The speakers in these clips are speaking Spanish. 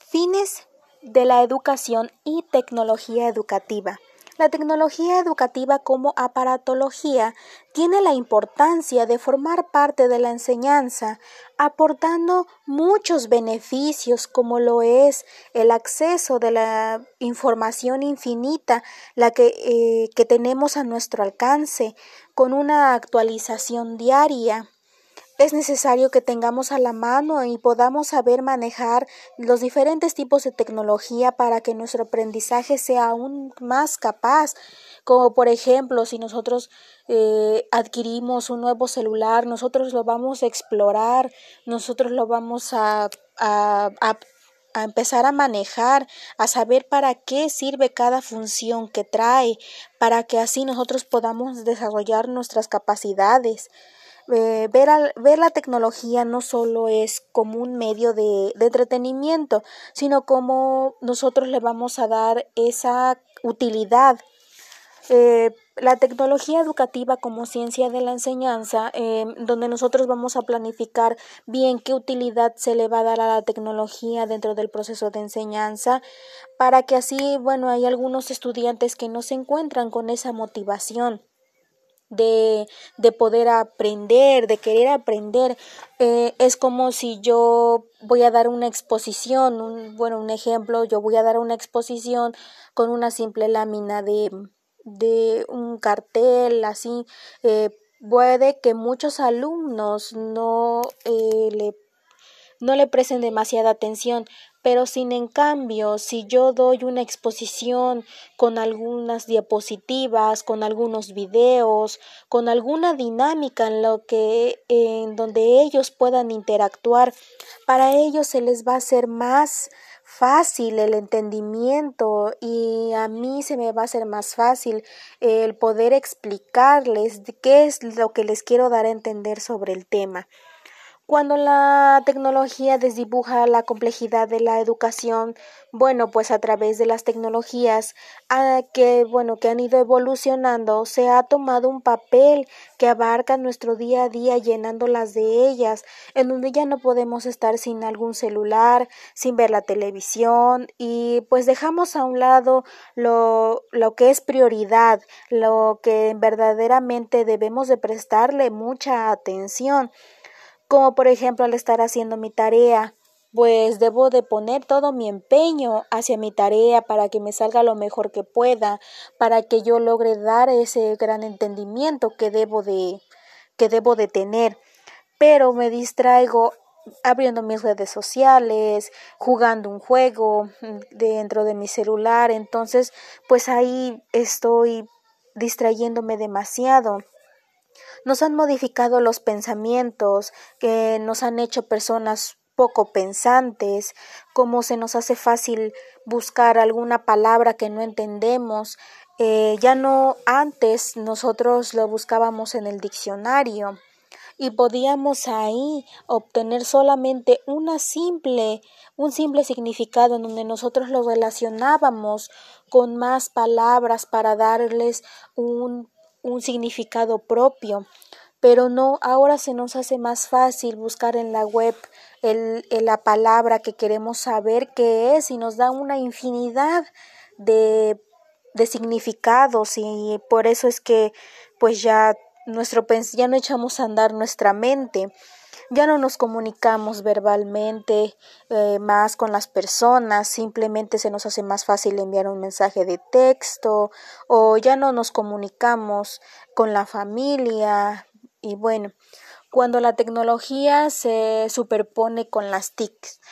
Fines de la educación y tecnología educativa. La tecnología educativa como aparatología tiene la importancia de formar parte de la enseñanza, aportando muchos beneficios como lo es el acceso de la información infinita, la que tenemos a nuestro alcance, con una actualización diaria. Es necesario que tengamos a la mano y podamos saber manejar los diferentes tipos de tecnología para que nuestro aprendizaje sea aún más capaz. Como por ejemplo, si nosotros adquirimos un nuevo celular, nosotros lo vamos a explorar, nosotros lo vamos a empezar a manejar, a saber para qué sirve cada función que trae, para que así nosotros podamos desarrollar nuestras capacidades. Ver la tecnología no solo es como un medio de entretenimiento, sino como nosotros le vamos a dar esa utilidad. La tecnología educativa como ciencia de la enseñanza, donde nosotros vamos a planificar bien qué utilidad se le va a dar a la tecnología dentro del proceso de enseñanza, para que así, hay algunos estudiantes que no se encuentran con esa motivación de poder aprender, de querer aprender. Es como si yo voy a dar una exposición, un ejemplo, yo voy a dar una exposición con una simple lámina de un cartel, así, puede que muchos alumnos no le presten demasiada atención, pero sin en cambio, si yo doy una exposición con algunas diapositivas, con algunos videos, con alguna dinámica en donde ellos puedan interactuar, para ellos se les va a hacer más fácil el entendimiento y a mí se me va a hacer más fácil el poder explicarles qué es lo que les quiero dar a entender sobre el tema. Cuando la tecnología desdibuja la complejidad de la educación, pues a través de las tecnologías que han ido evolucionando, se ha tomado un papel que abarca nuestro día a día llenándolas de ellas, en donde ya no podemos estar sin algún celular, sin ver la televisión y pues dejamos a un lado lo que es prioridad, lo que verdaderamente debemos de prestarle mucha atención. Como por ejemplo al estar haciendo mi tarea, pues debo de poner todo mi empeño hacia mi tarea para que me salga lo mejor que pueda, para que yo logre dar ese gran entendimiento que debo de tener. Pero me distraigo abriendo mis redes sociales, jugando un juego dentro de mi celular, entonces pues ahí estoy distrayéndome demasiado. Nos han modificado los pensamientos, que nos han hecho personas poco pensantes, como se nos hace fácil buscar alguna palabra que no entendemos. Ya no antes nosotros lo buscábamos en el diccionario y podíamos ahí obtener solamente un simple significado en donde nosotros lo relacionábamos con más palabras para darles un significado propio, pero no, ahora se nos hace más fácil buscar en la web la palabra que queremos saber qué es y nos da una infinidad de significados y por eso es que pues ya no echamos a andar nuestra mente. Ya no nos comunicamos verbalmente más con las personas, simplemente se nos hace más fácil enviar un mensaje de texto o ya no nos comunicamos con la familia y cuando la tecnología se superpone con las TICs.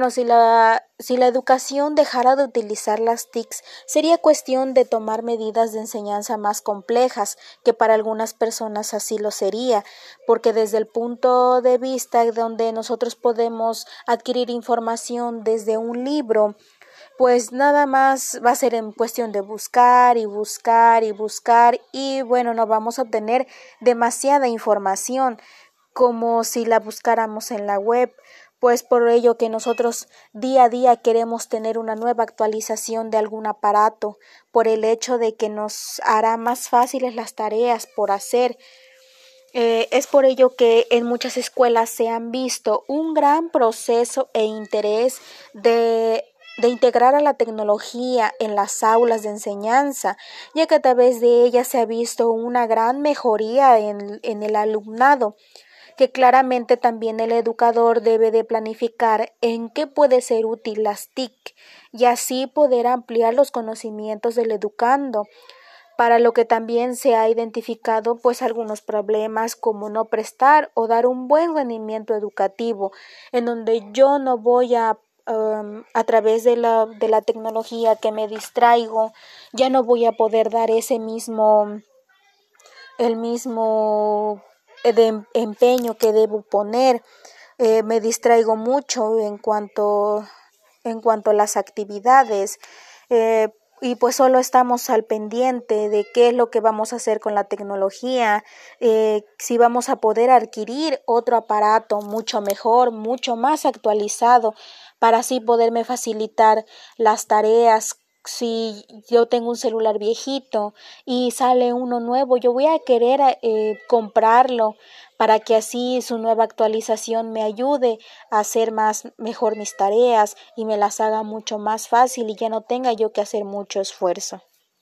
Si la educación dejara de utilizar las TICs, sería cuestión de tomar medidas de enseñanza más complejas, que para algunas personas así lo sería, porque desde el punto de vista donde nosotros podemos adquirir información desde un libro, pues nada más va a ser en cuestión de buscar y buscar y buscar y no vamos a obtener demasiada información como si la buscáramos en la web, pues por ello que nosotros día a día queremos tener una nueva actualización de algún aparato, por el hecho de que nos hará más fáciles las tareas por hacer. Es por ello que en muchas escuelas se han visto un gran proceso e interés de de integrar a la tecnología en las aulas de enseñanza, ya que a través de ella se ha visto una gran mejoría en el alumnado, que claramente también el educador debe de planificar en qué puede ser útil las TIC y así poder ampliar los conocimientos del educando, para lo que también se ha identificado pues algunos problemas como no prestar o dar un buen rendimiento educativo, en donde yo no voy a través de la tecnología que me distraigo, ya no voy a poder dar el mismo empeño que debo poner. Me distraigo mucho en cuanto a las actividades, y pues solo estamos al pendiente de qué es lo que vamos a hacer con la tecnología, si vamos a poder adquirir otro aparato mucho mejor, mucho más actualizado, para así poderme facilitar las tareas. Si yo tengo un celular viejito y sale uno nuevo, yo voy a querer comprarlo para que así su nueva actualización me ayude a hacer mejor mis tareas y me las haga mucho más fácil y ya no tenga yo que hacer mucho esfuerzo.